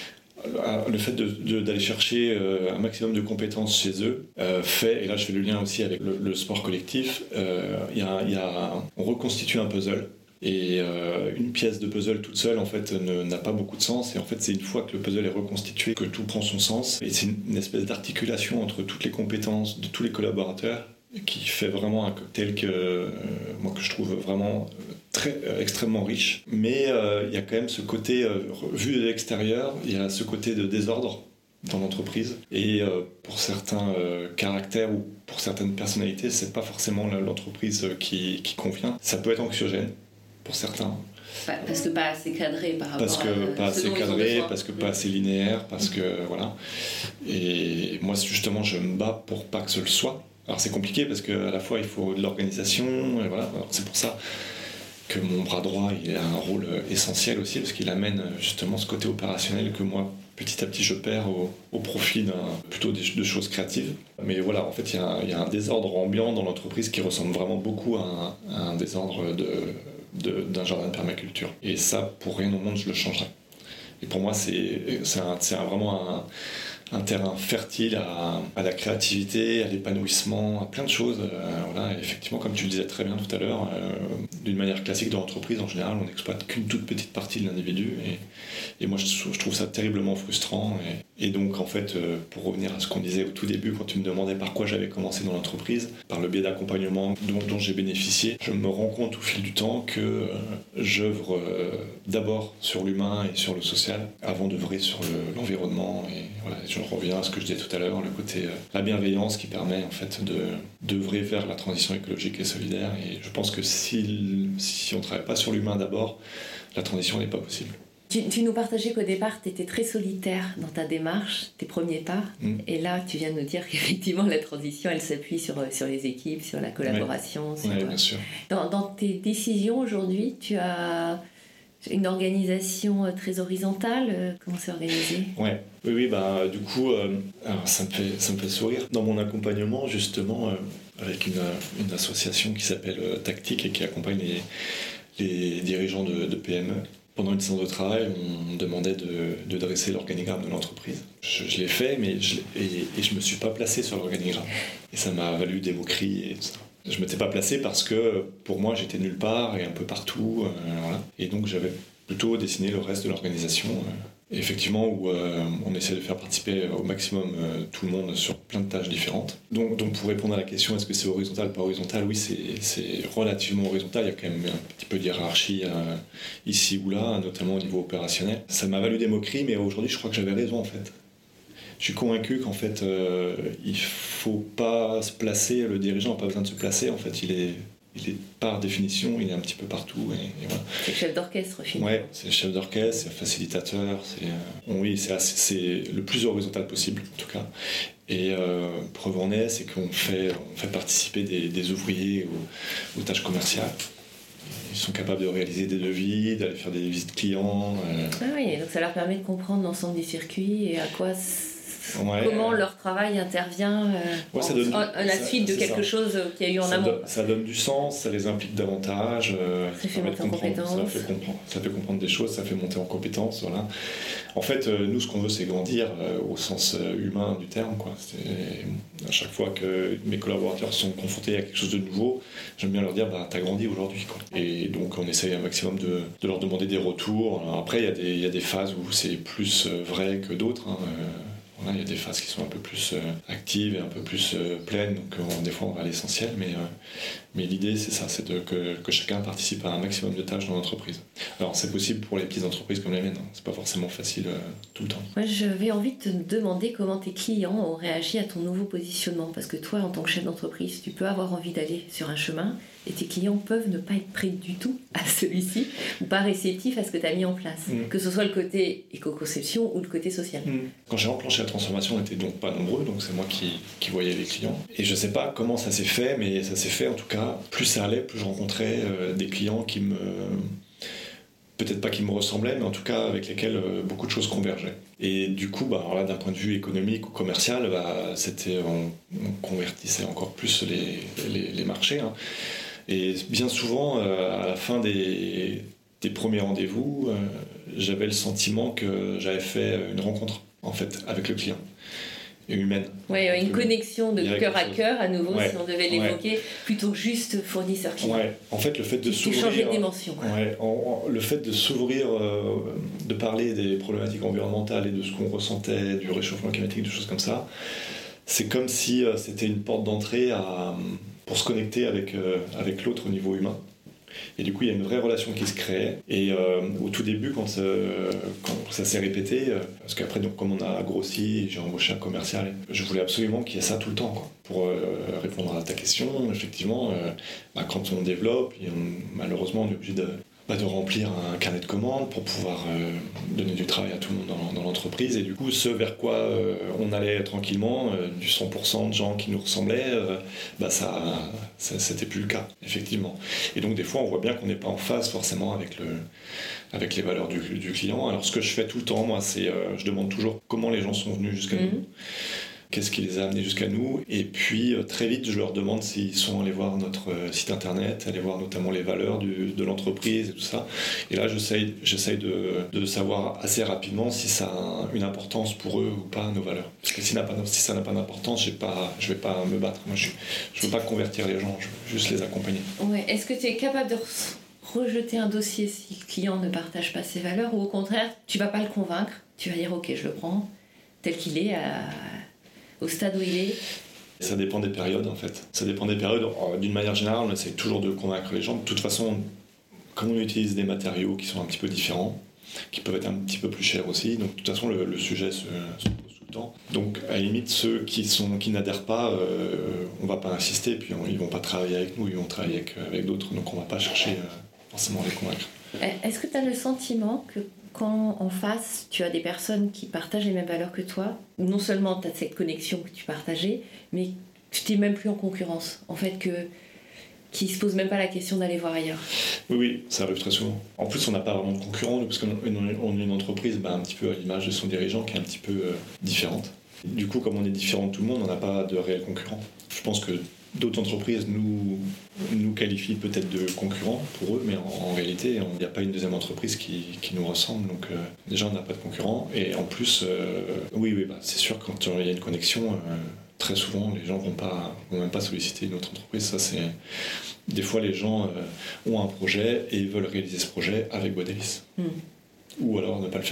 à le fait de, de, d'aller chercher euh, un maximum de compétences chez eux euh, fait, et là je fais le lien aussi avec le, le sport collectif, euh, y a, y a, on reconstitue un puzzle. Et euh, une pièce de puzzle toute seule en fait ne, n'a pas beaucoup de sens, et en fait c'est une fois que le puzzle est reconstitué que tout prend son sens, et c'est une, une espèce d'articulation entre toutes les compétences de tous les collaborateurs qui fait vraiment un cocktail que euh, moi que je trouve vraiment très euh, extrêmement riche. Mais il euh, y a quand même ce côté euh, vu de l'extérieur, il y a ce côté de désordre dans l'entreprise, et euh, pour certains euh, caractères ou pour certaines personnalités c'est pas forcément l'entreprise qui, qui convient. Ça peut être anxiogène pour certains. Parce que pas assez cadré par rapport parce que à pas assez cadré, parce que oui. pas assez linéaire, parce que voilà. Et moi justement je me bats pour pas que ce le soit. Alors c'est compliqué parce qu'à la fois il faut de l'organisation, et voilà. Alors, c'est pour ça que mon bras droit il a un rôle essentiel aussi, parce qu'il amène justement ce côté opérationnel que moi petit à petit je perds au, au profit d'un, plutôt des, de choses créatives. Mais voilà, en fait il y, y a un désordre ambiant dans l'entreprise qui ressemble vraiment beaucoup à un, à un désordre de De, d'un jardin de permaculture. Et ça, pour rien au monde, je le changerais. Et pour moi, c'est, c'est, un, c'est un, vraiment un, un terrain fertile à, à la créativité, à l'épanouissement, à plein de choses. Euh, voilà. Et effectivement, comme tu le disais très bien tout à l'heure, euh, d'une manière classique dans l'entreprise, en général, on n'exploite qu'une toute petite partie de l'individu. Et, et moi, je, je trouve ça terriblement frustrant. Et, et donc, en fait, euh, pour revenir à ce qu'on disait au tout début, quand tu me demandais par quoi j'avais commencé dans l'entreprise, par le biais d'accompagnement dont, dont j'ai bénéficié, je me rends compte au fil du temps que euh, j'œuvre euh, d'abord sur l'humain et sur le social, avant d'œuvrer sur le, l'environnement. Et voilà, je reviens à ce que je disais tout à l'heure, le côté, euh, la bienveillance qui permet en fait de, d'œuvrer vers la transition écologique et solidaire. Et je pense que si, si on ne travaille pas sur l'humain d'abord, la transition n'est pas possible. Tu, tu nous partageais qu'au départ, tu étais très solitaire dans ta démarche, tes premiers pas. Mmh. Et là, tu viens de nous dire qu'effectivement, la transition, elle s'appuie sur, sur les équipes, sur la collaboration. Oui, sur, ouais, bien sûr. Dans, dans tes décisions aujourd'hui, tu as une organisation très horizontale. Comment c'est organisé ? Ouais. Oui, oui, bah, du coup, euh, alors ça, me fait, ça me fait sourire. Dans mon accompagnement, justement, euh, avec une, une association qui s'appelle euh, Tactique et qui accompagne les, les dirigeants de, de P M E, pendant une séance de travail, on me demandait de, de dresser l'organigramme de l'entreprise. Je, je l'ai fait, mais je, et, et je ne me suis pas placé sur l'organigramme. Et ça m'a valu des moqueries et tout ça. Je ne m'étais pas placé parce que, pour moi, j'étais nulle part et un peu partout. Euh, voilà. Et donc, j'avais plutôt dessiné le reste de l'organisation. Euh, Et effectivement, où euh, on essaie de faire participer au maximum euh, tout le monde sur plein de tâches différentes. Donc, donc pour répondre à la question, est-ce que c'est horizontal, pas horizontal? Oui, c'est, c'est relativement horizontal. Il y a quand même un petit peu de hiérarchie euh, ici ou là, notamment au niveau opérationnel. Ça m'a valu des moqueries, mais aujourd'hui, je crois que j'avais raison en fait. Je suis convaincu qu'en fait, euh, il faut pas se placer, le dirigeant n'a pas besoin de se placer, en fait, il est... Il est par définition, il est un petit peu partout. Et, et voilà. C'est le chef d'orchestre, finalement. Ouais, c'est le chef d'orchestre, c'est le facilitateur. C'est, euh, oui, c'est, assez, c'est le plus horizontal possible, en tout cas. Et euh, preuve en est, c'est qu'on fait, on fait participer des, des ouvriers aux, aux tâches commerciales. Ils sont capables de réaliser des devis, d'aller faire des visites clients. Euh... Ah oui, donc ça leur permet de comprendre l'ensemble des circuits et à quoi... Ouais, comment euh... leur travail intervient euh, ouais, en, donne, en, en la ça, suite de quelque ça. chose qu'il y a eu en ça amont. Donne, ça donne du sens, ça les implique davantage. Euh, ça fait monter en compétences. Ça fait, comprendre, ça fait comprendre des choses, ça fait monter en compétences. Voilà. En fait, euh, nous, ce qu'on veut, c'est grandir euh, au sens euh, humain du terme. Quoi. C'est, à chaque fois que mes collaborateurs sont confrontés à quelque chose de nouveau, j'aime bien leur dire bah, t'as grandi aujourd'hui. Quoi. Et donc, on essaye un maximum de, de leur demander des retours. Alors, après, il y, y a des phases où c'est plus euh, vrai que d'autres. Hein, euh, il y a des phases qui sont un peu plus euh, actives et un peu plus euh, pleines, donc euh, des fois on va à l'essentiel, mais, euh, mais l'idée c'est ça, c'est de, que, que chacun participe à un maximum de tâches dans l'entreprise. Alors c'est possible pour les petites entreprises comme les miennes, hein. C'est pas forcément facile euh, tout le temps. Moi j'avais envie de te demander comment tes clients ont réagi à ton nouveau positionnement, parce que toi en tant que chef d'entreprise, tu peux avoir envie d'aller sur un chemin, et tes clients peuvent ne pas être prêts du tout à celui-ci, ou pas réceptifs à ce que tu as mis en place, mmh. que ce soit le côté éco-conception ou le côté social. Mmh. Quand j'ai enclenché la transformation, on n'était donc pas nombreux, donc c'est moi qui, qui voyais les clients. Et je sais pas comment ça s'est fait, mais ça s'est fait en tout cas, plus ça allait, plus je rencontrais euh, des clients qui me... peut-être pas qui me ressemblaient, mais en tout cas avec lesquels euh, beaucoup de choses convergeaient. Et du coup, bah, alors là, d'un point de vue économique ou commercial, bah, c'était, on, on convertissait encore plus les, les, les marchés. Hein. Et bien souvent, euh, à la fin des, des premiers rendez-vous, euh, j'avais le sentiment que j'avais fait une rencontre en fait, avec le client, et humaine. Oui, une le... connexion de cœur à cœur, à nouveau, ouais, si on devait l'évoquer, ouais. plutôt que juste fournisseur-client. Ouais. En fait, le fait de tu, s'ouvrir... Tu changeais de dimension. Ouais, en, en, le fait de s'ouvrir, euh, de parler des problématiques environnementales et de ce qu'on ressentait, du réchauffement climatique, des choses comme ça, c'est comme si euh, c'était une porte d'entrée à... pour se connecter avec, euh, avec l'autre au niveau humain. Et du coup, il y a une vraie relation qui se crée. Et euh, au tout début, quand, euh, quand ça s'est répété, euh, parce qu'après, donc, comme on a grossi, j'ai embauché un commercial, je voulais absolument qu'il y ait ça tout le temps. Quoi. Pour euh, répondre à ta question, effectivement, euh, bah, quand on développe, et on, malheureusement, on est obligé de, bah, de remplir un carnet de commandes pour pouvoir euh, donner du travail à tout le monde dans, dans l'entreprise. Et du coup, ce vers quoi euh, on allait tranquillement, euh, du cent pour cent de gens qui nous ressemblaient, euh, bah, ça, ça, c'était plus le cas, effectivement. Et donc, des fois, on voit bien qu'on n'est pas en phase forcément avec, le, avec les valeurs du, du client. Alors, ce que je fais tout le temps, moi, c'est euh, je demande toujours comment les gens sont venus jusqu'à mmh. nous. Qu'est-ce qui les a amenés jusqu'à nous, et puis euh, très vite je leur demande s'ils sont allés voir notre euh, site internet, aller voir notamment les valeurs du, de l'entreprise et tout ça, et là j'essaye, j'essaye de, de savoir assez rapidement si ça a une importance pour eux ou pas, nos valeurs, parce que si, n'a pas, si ça n'a pas d'importance, j'ai pas, je vais pas me battre, moi je ne veux pas convertir les gens, je veux juste les accompagner. Ouais. Est-ce que tu es capable de rejeter un dossier si le client ne partage pas ses valeurs, ou au contraire tu vas pas le convaincre, tu vas dire ok je le prends tel qu'il est à... au stade où il est? Ça dépend des périodes en fait. Ça dépend des périodes. D'une manière générale, on essaie toujours de convaincre les gens. De toute façon, comme on utilise des matériaux qui sont un petit peu différents, qui peuvent être un petit peu plus chers aussi, donc de toute façon le, le sujet se, se pose tout le temps. Donc à la limite, ceux qui, sont, qui n'adhèrent pas, euh, on va pas insister, puis on, ils vont pas travailler avec nous, ils vont travailler avec, avec d'autres, donc on va pas chercher euh, forcément à les convaincre. Est-ce que tu as le sentiment que quand en face, tu as des personnes qui partagent les mêmes valeurs que toi, non seulement tu as cette connexion que tu partageais, mais tu t'es même plus en concurrence, en fait, que, qui ne se posent même pas la question d'aller voir ailleurs? Oui, oui, ça arrive très souvent. En plus, on n'a pas vraiment de concurrents, parce qu'on est une entreprise bah, un petit peu à l'image de son dirigeant qui est un petit peu euh, différente. Du coup, comme on est différent de tout le monde, on n'a pas de réels concurrents. Je pense que d'autres entreprises nous, nous qualifient peut-être de concurrents pour eux, mais en, en réalité, il n'y a pas une deuxième entreprise qui, qui nous ressemble. Donc euh, déjà, on n'a pas de concurrents. Et en plus, euh, oui, oui bah, c'est sûr que quand il y a une connexion, euh, très souvent, les gens ne vont, pas, vont même pas solliciter une autre entreprise. Ça, c'est... Des fois, les gens euh, ont un projet et veulent réaliser ce projet avec Bois Délices. Mm. Ou alors ne pas le faire.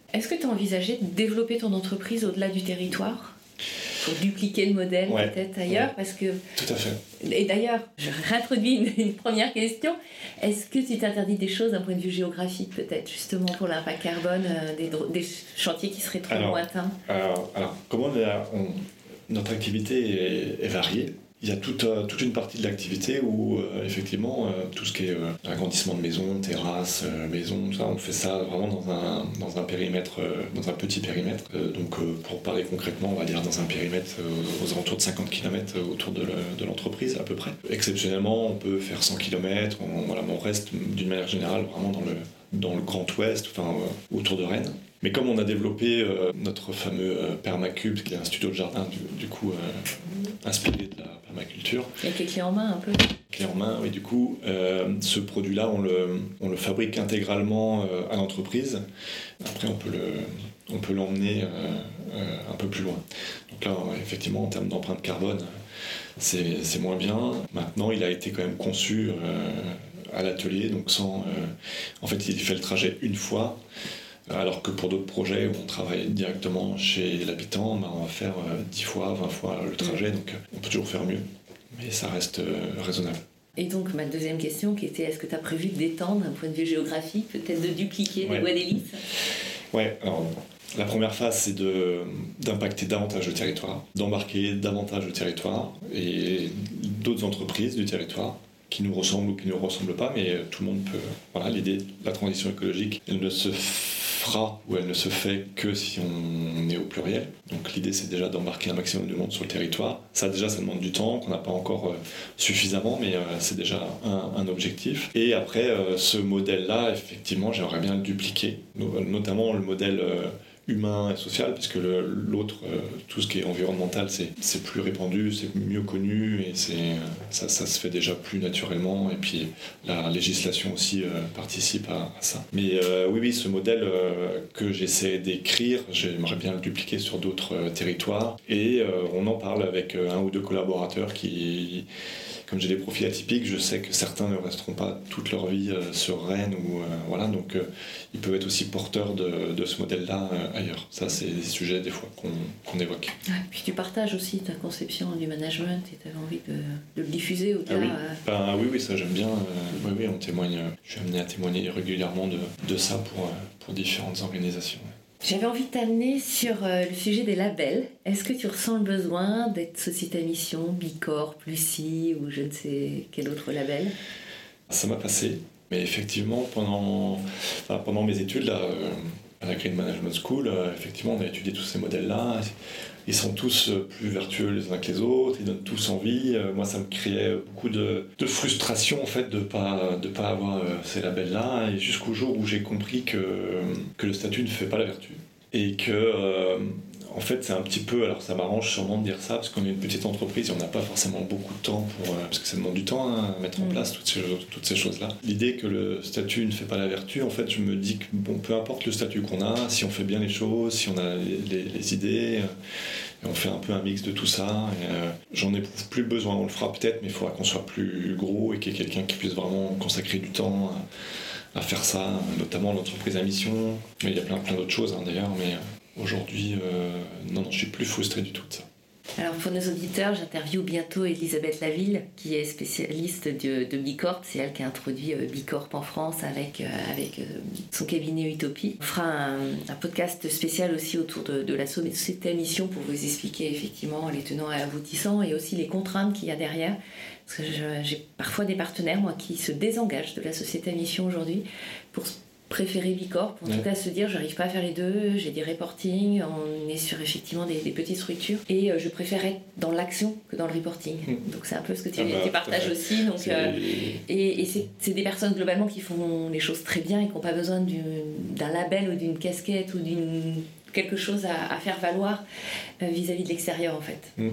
Est-ce que tu as envisagé de développer ton entreprise au-delà du territoire ? Pour dupliquer le modèle ouais, peut-être ailleurs, ouais, parce que... Tout à fait. Et d'ailleurs, je réintroduis une, une première question. Est-ce que tu t'interdis des choses d'un point de vue géographique, peut-être, justement, pour l'impact carbone, euh, des, des chantiers qui seraient trop alors, lointains ? alors, alors, comment on a, on, notre activité est, est variée. Il y a toute, euh, toute une partie de l'activité où, euh, effectivement, euh, tout ce qui est euh, agrandissement de maisons, terrasses, euh, maisons, tout ça, on fait ça vraiment dans un, dans un périmètre, euh, dans un petit périmètre. Euh, donc, euh, pour parler concrètement, on va dire dans un périmètre euh, aux alentours de cinquante kilomètres autour de, le, de l'entreprise, à peu près. Exceptionnellement, on peut faire cent kilomètres, on, voilà, mais on reste, d'une manière générale, vraiment dans le, dans le Grand Ouest, enfin, euh, autour de Rennes. Mais comme on a développé euh, notre fameux euh, Permacube, qui est un studio de jardin du, du coup euh, inspiré de la permaculture. Avec les clés en main un peu. Clés en main, oui, du coup, euh, ce produit-là, on le, on le fabrique intégralement euh, à l'entreprise. Après, on peut, le, on peut l'emmener euh, euh, un peu plus loin. Donc là, effectivement, en termes d'empreinte carbone, c'est, c'est moins bien. Maintenant, il a été quand même conçu euh, à l'atelier, donc sans... Euh, en fait, il fait le trajet une fois. Alors que pour d'autres projets où on travaille directement chez l'habitant, bah on va faire euh, dix fois, vingt fois le trajet, donc on peut toujours faire mieux, mais ça reste euh, raisonnable. Et donc ma deuxième question qui était, est-ce que tu as prévu d'étendre d'un point de vue géographique, peut-être de dupliquer ouais. les bois d'hélice ? Ouais, alors la première phase c'est de, d'impacter davantage le territoire, d'embarquer davantage le territoire et d'autres entreprises du territoire qui nous ressemblent ou qui ne nous ressemblent pas, mais tout le monde peut... Voilà, l'idée de la transition écologique, elle ne se fera ou elle ne se fait que si on est au pluriel. Donc l'idée c'est déjà d'embarquer un maximum de monde sur le territoire. Ça déjà ça demande du temps qu'on n'a pas encore euh, suffisamment, mais euh, c'est déjà un, un objectif. Et après euh, ce modèle-là, effectivement, j'aimerais bien le dupliquer, notamment le modèle euh, humain et social, puisque le, l'autre, euh, tout ce qui est environnemental, c'est, c'est plus répandu, c'est mieux connu, et c'est, ça, ça se fait déjà plus naturellement, et puis la législation aussi euh, participe à, à ça. Mais euh, oui, oui, ce modèle euh, que j'essaie d'écrire, j'aimerais bien le dupliquer sur d'autres euh, territoires, et euh, on en parle avec euh, un ou deux collaborateurs qui... Comme j'ai des profils atypiques, je sais que certains ne resteront pas toute leur vie euh, sur Rennes, ou, euh, voilà, donc euh, ils peuvent être aussi porteurs de, de ce modèle-là euh, ailleurs. Ça, c'est des sujets des fois qu'on, qu'on évoque. Ouais, puis tu partages aussi ta conception du management et tu avais envie de, de le diffuser au-delà. Ah oui. Euh... Ben, oui, oui, ça j'aime bien. Euh, oui, oui, on témoigne. Je suis amené à témoigner régulièrement de, de ça pour, euh, pour différentes organisations. J'avais envie de t'amener sur euh, le sujet des labels. Est-ce que tu ressens le besoin d'être société à mission, Bicorp, Lucie ou je ne sais quel autre label ? Ça m'a passé, mais effectivement, pendant, enfin, pendant mes études là, euh, à la Green Management School, euh, effectivement, on a étudié tous ces modèles-là. Ils sont tous plus vertueux les uns que les autres, ils donnent tous envie. Euh, moi, ça me créait beaucoup de, de frustration en fait, de ne pas, de pas avoir euh, ces labels-là, et jusqu'au jour où j'ai compris que, que le statut ne fait pas la vertu. Et que, euh, en fait, c'est un petit peu... Alors, ça m'arrange sûrement de dire ça, parce qu'on est une petite entreprise et on n'a pas forcément beaucoup de temps, pour, euh, parce que ça demande du temps hein, à mettre en place toutes ces, toutes ces choses-là. L'idée que le statut ne fait pas la vertu, en fait, je me dis que, bon, peu importe le statut qu'on a, si on fait bien les choses, si on a les, les, les idées... Euh, et on fait un peu un mix de tout ça. Et, euh, j'en éprouve plus le besoin. On le fera peut-être, mais il faudra qu'on soit plus gros et qu'il y ait quelqu'un qui puisse vraiment consacrer du temps à, à faire ça, notamment l'entreprise à mission. Mais il y a plein, plein d'autres choses hein, d'ailleurs. Mais euh, aujourd'hui, euh, non, non, je suis plus frustré du tout de ça. Alors pour nos auditeurs, j'interviewe bientôt Elisabeth Laville, qui est spécialiste de, de Bicorp. C'est elle qui a introduit euh, Bicorp en France avec, euh, avec euh, son cabinet Utopie. On fera un, un podcast spécial aussi autour de, de la société à mission pour vous expliquer effectivement les tenants et aboutissants et aussi les contraintes qu'il y a derrière. Parce que je, j'ai parfois des partenaires, moi, qui se désengagent de la société à mission aujourd'hui pour préférer Bicorp, en ouais. tout cas se dire j'arrive pas à faire les deux, j'ai des reporting, on est sur effectivement des, des petites structures et euh, je préfère être dans l'action que dans le reporting. Mmh. Donc c'est un peu ce que tu, ah bah, tu partages aussi. Donc, euh, et et c'est, c'est des personnes globalement qui font les choses très bien et qui n'ont pas besoin du, d'un label ou d'une casquette ou d'une quelque chose à, à faire valoir euh, vis-à-vis de l'extérieur en fait. Mmh.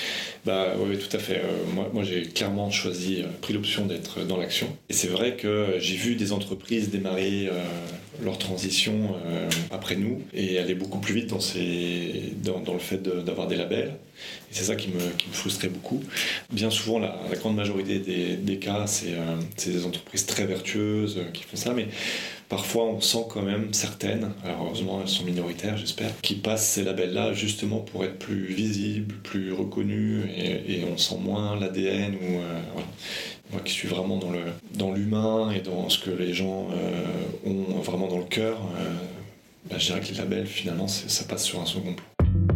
Bah oui, tout à fait. Euh, moi, moi, j'ai clairement choisi, euh, pris l'option d'être dans l'action. Et c'est vrai que j'ai vu des entreprises démarrer euh, leur transition euh, après nous et aller beaucoup plus vite dans, ces, dans, dans le fait de, d'avoir des labels. Et c'est ça qui me, qui me frustrait beaucoup. Bien souvent, la, la grande majorité des, des cas, c'est, euh, c'est des entreprises très vertueuses euh, qui font ça, mais parfois on sent quand même certaines, alors heureusement elles sont minoritaires j'espère, qui passent ces labels-là justement pour être plus visibles, plus reconnus, et, et on sent moins l'A D N ou euh, voilà. Moi qui suis vraiment dans, le, dans l'humain et dans ce que les gens euh, ont vraiment dans le cœur, euh, bah, je dirais que les labels finalement ça passe sur un second plan.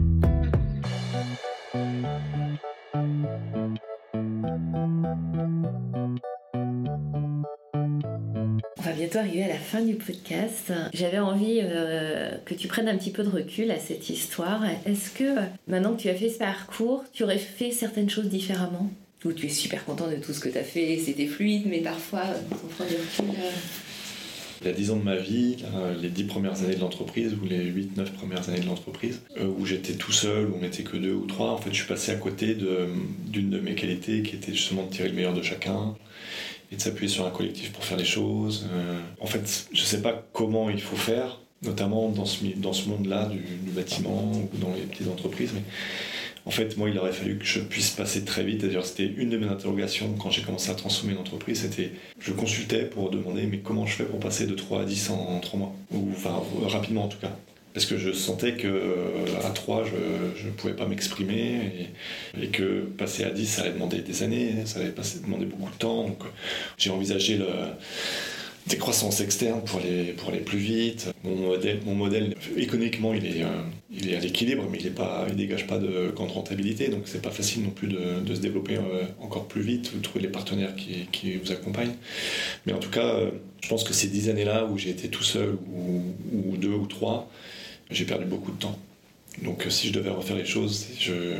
On va bientôt arriver à la fin du podcast. J'avais envie euh, que tu prennes un petit peu de recul à cette histoire. Est-ce que maintenant que tu as fait ce parcours, tu aurais fait certaines choses différemment ? Ou tu es super content de tout ce que tu as fait, c'était fluide, mais parfois, on prend du recul. Euh... Il y a dix ans de ma vie, là, les dix premières années de l'entreprise, ou les huit neuf premières années de l'entreprise, euh, où j'étais tout seul, où on n'était que deux ou trois, en fait je suis passé à côté de, d'une de mes qualités qui était justement de tirer le meilleur de chacun, et de s'appuyer sur un collectif pour faire les choses. Euh, en fait, je ne sais pas comment il faut faire, notamment dans ce, dans ce monde-là du, du bâtiment ou dans les petites entreprises, mais en fait, moi, il aurait fallu que je puisse passer très vite. D'ailleurs, c'était une de mes interrogations quand j'ai commencé à transformer une entreprise. C'était, je consultais pour demander, mais comment je fais pour passer de trois à dix en, en trois mois ? Ou enfin, rapidement en tout cas. Parce que je sentais qu'à trois, je ne pouvais pas m'exprimer et, et que passer à dix, ça allait demander des années, ça allait passer, demander beaucoup de temps. Donc, j'ai envisagé le... des croissances externes pour aller, pour aller plus vite. Mon modèle, mon modèle économiquement, il est, euh, il est à l'équilibre, mais il ne dégage pas de grande rentabilité, donc c'est pas facile non plus de, de se développer euh, encore plus vite, ou de trouver les partenaires qui, qui vous accompagnent. Mais en tout cas, euh, je pense que ces dix années-là où j'ai été tout seul, ou, ou deux ou trois, j'ai perdu beaucoup de temps. Donc si je devais refaire les choses, je,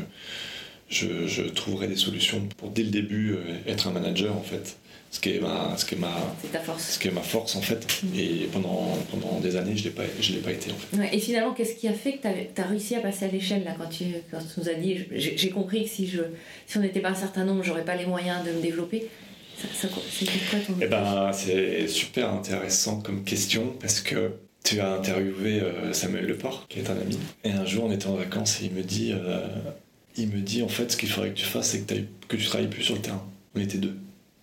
je, je trouverais des solutions pour dès le début euh, être un manager en fait. Ce qui est ma, ce qui est ma, c'est ta force. Ce qui est ma force en fait. Mmh. Et pendant, pendant des années, je ne l'ai pas été en fait. Ouais, et finalement, qu'est-ce qui a fait que tu as réussi à passer à l'échelle là, quand, tu, quand tu nous as dit, j'ai, j'ai compris que si, je, si on n'était pas un certain nombre, j'aurais pas les moyens de me développer. Ça, ça, c'est quoi ton eh ben, c'est super intéressant comme question parce que tu as interviewé euh, Samuel Leport, qui est un ami. Et un jour, on était en vacances et il me dit, euh, il me dit en fait, ce qu'il faudrait que tu fasses, c'est que, que tu travailles plus sur le terrain. On était deux.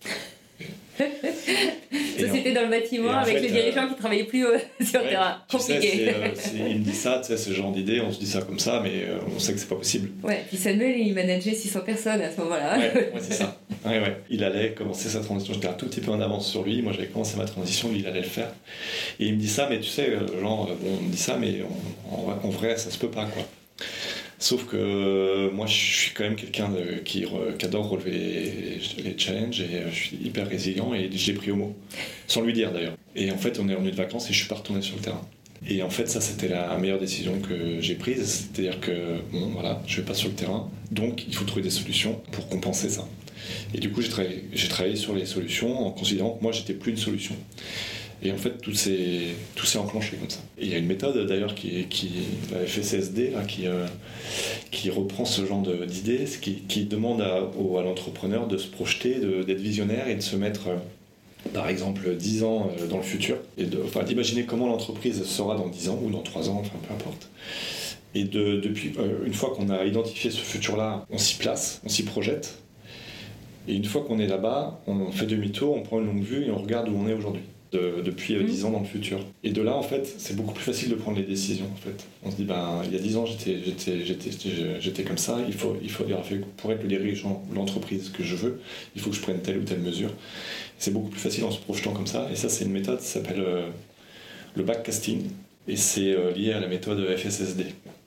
Ça c'était en, dans le bâtiment avec fait, les dirigeants euh, qui travaillaient plus euh, sur le ouais, terrain. Compliqué. Sais, c'est, euh, c'est, il me dit ça, tu sais, ce genre d'idée, on se dit ça comme ça, mais euh, on sait que c'est pas possible. Ouais, puis Samuel il manageait six cents personnes à ce moment-là. Ouais, ouais c'est ça. Ouais, ouais. Il allait commencer sa transition, j'étais un tout petit peu en avance sur lui, moi j'avais commencé ma transition, lui il allait le faire. Et il me dit ça, mais tu sais, genre, bon, on me dit ça, mais on, en, en vrai ça se peut pas quoi. Sauf que euh, moi je suis quand même quelqu'un de, qui, re, qui adore relever les, les challenges et euh, je suis hyper résilient et je l'ai pris au mot, sans lui dire d'ailleurs. Et en fait on est revenu de vacances et je suis pas retourné sur le terrain. Et en fait ça c'était la meilleure décision que j'ai prise, c'est-à-dire que bon voilà, je vais pas sur le terrain, donc il faut trouver des solutions pour compenser ça. Et du coup j'ai travaillé, j'ai travaillé sur les solutions en considérant que moi j'étais plus une solution. Et en fait, tout s'est, tout s'est enclenché comme ça. Et il y a une méthode d'ailleurs qui, qui la F S S D, là, qui, euh, qui reprend ce genre de, d'idées, qui, qui demande à, au, à l'entrepreneur de se projeter, de, d'être visionnaire et de se mettre, euh, par exemple, dix ans euh, dans le futur. Et de, enfin, d'imaginer comment l'entreprise sera dans dix ans ou dans trois ans, enfin peu importe. Et de, depuis, euh, une fois qu'on a identifié ce futur-là, on s'y place, on s'y projette. Et une fois qu'on est là-bas, on fait demi-tour, on prend une longue vue et on regarde où on est aujourd'hui. De, depuis mmh. dix ans dans le futur. Et de là, en fait, c'est beaucoup plus facile de prendre les décisions. En fait. On se dit, ben, il y a dix ans, j'étais, j'étais, j'étais, j'étais comme ça, il faut, il faut, pour être le dirigeant de l'entreprise que je veux, il faut que je prenne telle ou telle mesure. C'est beaucoup plus facile en se projetant comme ça. Et ça, c'est une méthode qui s'appelle euh, le backcasting. Et c'est euh, lié à la méthode F S S D.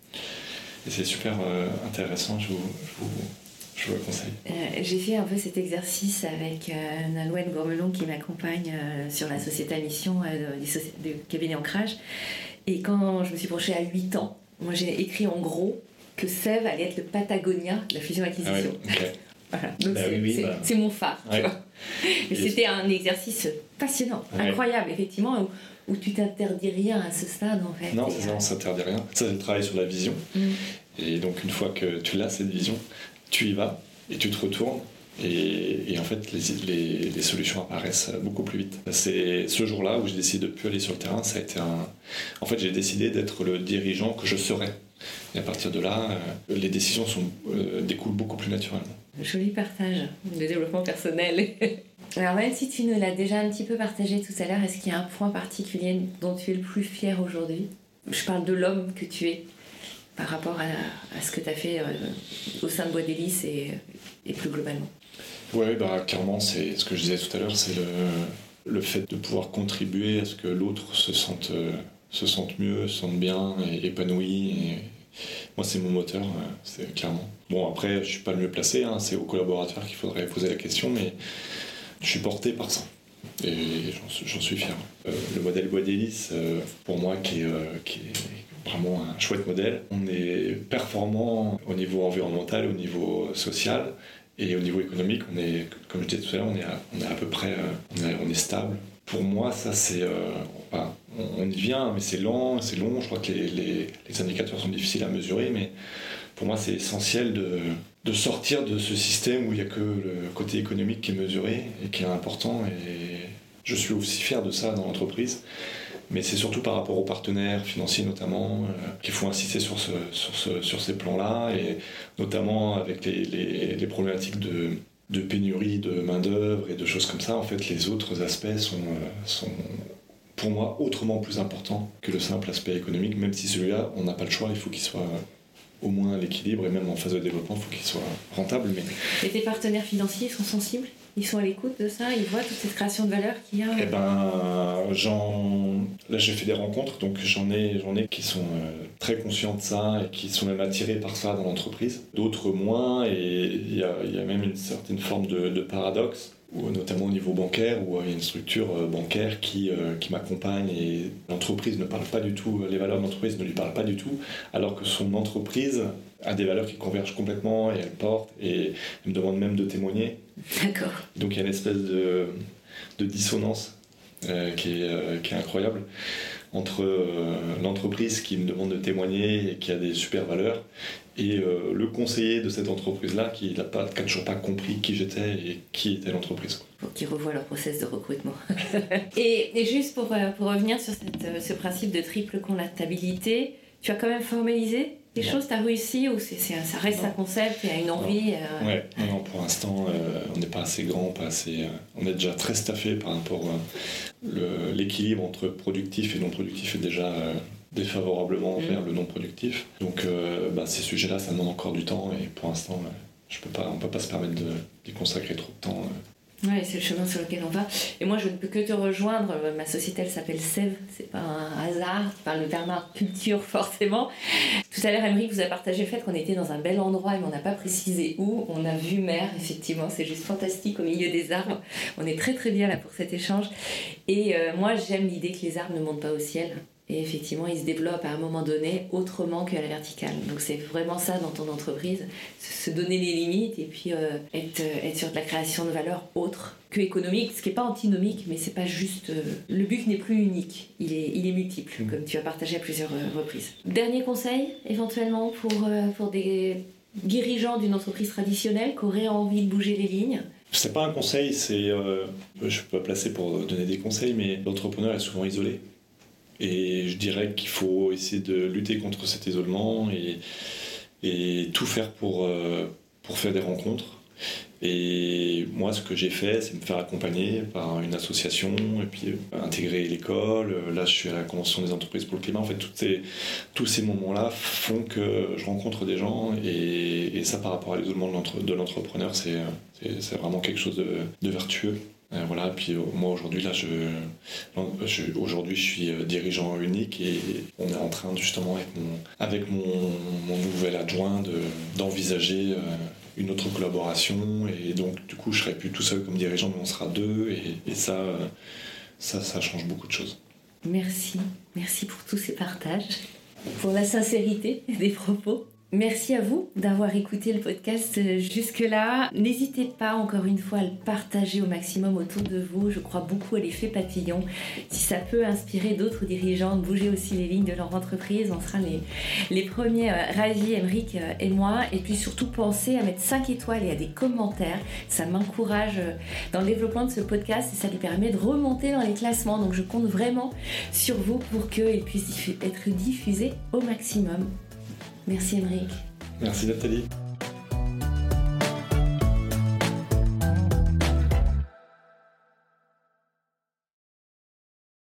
Et c'est super euh, intéressant, je vous... Je vous Je vous le conseille. Euh, j'ai fait un peu cet exercice avec euh, Nalouen Gourmelon qui m'accompagne euh, sur la société à mission euh, du, soci... du cabinet Ancrage. Et quand je me suis projetée à huit ans, moi j'ai écrit en gros que Sèvres allait être le Patagonia de la fusion-acquisition. Ah oui, okay. Voilà. Donc bah c'est, oui, oui, c'est, bah... c'est mon phare. Ouais. Tu vois. Mais et c'était c'est... un exercice passionnant, ouais. incroyable, effectivement, où, où tu t'interdis rien à ce stade en fait. Non, c'est ça, on s'interdit rien. Ça, c'est le travail sur la vision. Mm. Et donc, une fois que tu l'as, cette vision, tu y vas et tu te retournes et, et en fait les, les, les solutions apparaissent beaucoup plus vite. C'est ce jour-là où j'ai décidé de ne plus aller sur le terrain, ça a été un... En fait j'ai décidé d'être le dirigeant que je serais Et à partir de là, euh, les décisions sont, euh, découlent beaucoup plus naturellement. Joli partage de développement personnel. Alors même si tu nous l'as déjà un petit peu partagé tout à l'heure, est-ce qu'il y a un point particulier dont tu es le plus fier aujourd'hui ? Je parle de l'homme que tu es par rapport à, à ce que tu as fait euh, au sein de Bois d'Hélice et, et plus globalement. Oui, bah, clairement, c'est ce que je disais tout à l'heure, c'est le, le fait de pouvoir contribuer à ce que l'autre se sente, euh, se sente mieux, se sente bien, et épanoui. Et moi, c'est mon moteur, euh, c'est clairement. Bon, après, je suis pas le mieux placé, hein, c'est aux collaborateurs qu'il faudrait poser la question, mais je suis porté par ça. Et j'en, j'en suis fier. Euh, le modèle Bois d'Hélice, euh, pour moi, qui est, euh, qui est vraiment un chouette modèle. On est performant au niveau environnemental, au niveau social et au niveau économique. On est, comme je disais tout à l'heure, on est à, on est à peu près, euh, on, est, on est stable. Pour moi, ça c'est, euh, enfin, on, on y vient, mais c'est lent, c'est long. Je crois que les, les, les indicateurs sont difficiles à mesurer, mais pour moi, c'est essentiel de, de sortir de ce système où il n'y a que le côté économique qui est mesuré et qui est important. Et je suis aussi fier de ça dans l'entreprise. Mais c'est surtout par rapport aux partenaires financiers notamment euh, qu'il faut insister sur, ce, sur, ce, sur ces plans-là, et notamment avec les, les, les problématiques de, de pénurie de main-d'œuvre et de choses comme ça. En fait, les autres aspects sont, euh, sont pour moi autrement plus importants que le simple aspect économique, même si celui-là, on n'a pas le choix, il faut qu'il soit au moins à l'équilibre, et même en phase de développement, il faut qu'il soit rentable. Mais... Et tes partenaires financiers sont sensibles ? Ils sont à l'écoute de ça, ils voient toute cette création de valeur qu'il y a. Eh ben, j'en... là j'ai fait des rencontres, donc j'en ai, j'en ai qui sont euh, très conscients de ça et qui sont même attirés par ça dans l'entreprise. D'autres moins, et il y a, y a même une certaine forme de, de paradoxe, où, notamment au niveau bancaire, où il y a une structure bancaire qui, euh, qui m'accompagne, et l'entreprise ne parle pas du tout, les valeurs de l'entreprise ne lui parlent pas du tout, alors que son entreprise a des valeurs qui convergent complètement et elle porte, et elle me demande même de témoigner. D'accord. Donc il y a une espèce de, de dissonance euh, qui, est, euh, qui est incroyable entre euh, l'entreprise qui me demande de témoigner et qui a des super valeurs, et euh, le conseiller de cette entreprise-là qui n'a pas, qui a toujours pas compris qui j'étais et qui était l'entreprise. Pour qu'ils revoient leur process de recrutement. et, et juste pour, pour revenir sur cette, ce principe de triple comptabilité, tu as quand même formalisé des non. choses, tu as réussi, ou c'est, c'est, ça reste non. un concept, il y a une envie euh... Ouais, non, non, pour l'instant, euh, on n'est pas assez grand, pas assez, euh, on est déjà très staffé par rapport à euh, l'équilibre entre productif et non productif est déjà euh, défavorablement mmh. vers le non productif. Donc euh, bah, ces sujets-là, ça demande encore du temps, et pour l'instant, euh, je peux pas, on ne peut pas se permettre de, d'y consacrer trop de temps. Euh. Ouais, c'est le chemin sur lequel on va. Et moi, je ne peux que te rejoindre. Ma société, elle s'appelle Sève. C'est pas un hasard. Tu parles de permaculture, forcément. Tout à l'heure, Aymeric vous a partagé le fait qu'on était dans un bel endroit, mais on n'a pas précisé où. On a vu mer, effectivement. C'est juste fantastique au milieu des arbres. On est très, très bien là pour cet échange. Et euh, moi, j'aime l'idée que les arbres ne montent pas au ciel. Et effectivement, ils se développent à un moment donné autrement qu'à la verticale. Donc c'est vraiment ça dans ton entreprise, se donner les limites et puis euh, être, être sur de la création de valeur autre que économique, ce qui n'est pas antinomique, mais c'est pas juste... Euh, le but n'est plus unique, il est, il est multiple, mmh. comme tu as partagé à plusieurs euh, reprises. Dernier conseil, éventuellement, pour, euh, pour des dirigeants d'une entreprise traditionnelle qui auraient envie de bouger les lignes ? C'est pas un conseil, c'est... Euh, je peux pas placer pour donner des conseils, mais l'entrepreneur est souvent isolé. Et je dirais qu'il faut essayer de lutter contre cet isolement et, et tout faire pour, euh, pour faire des rencontres. Et moi, ce que j'ai fait, c'est me faire accompagner par une association et puis intégrer l'école. Là, je suis à la Convention des entreprises pour le climat. En fait, toutes ces, tous ces moments-là font que je rencontre des gens, et, et ça, par rapport à l'isolement de, l'entre, de l'entrepreneur, c'est, c'est, c'est vraiment quelque chose de, de vertueux. Euh, voilà, puis euh, moi aujourd'hui là, je, je, aujourd'hui je suis dirigeant unique, et on est en train justement avec mon, avec mon, mon nouvel adjoint de, d'envisager euh, une autre collaboration, et donc du coup je serai plus tout seul comme dirigeant, mais on sera deux, et, et ça, ça, ça change beaucoup de choses. Merci, merci pour tous ces partages, pour la sincérité des propos. Merci à vous d'avoir écouté le podcast jusque-là. N'hésitez pas, encore une fois, à le partager au maximum autour de vous. Je crois beaucoup à l'effet papillon. Si ça peut inspirer d'autres dirigeants de bouger aussi les lignes de leur entreprise, on sera les, les premiers euh, ravis, Aymeric euh, et moi. Et puis surtout, pensez à mettre cinq étoiles et à des commentaires. Ça m'encourage dans le développement de ce podcast et ça lui permet de remonter dans les classements. Donc je compte vraiment sur vous pour qu'il puisse être diffusé au maximum. Merci Émeric. Merci Nathalie.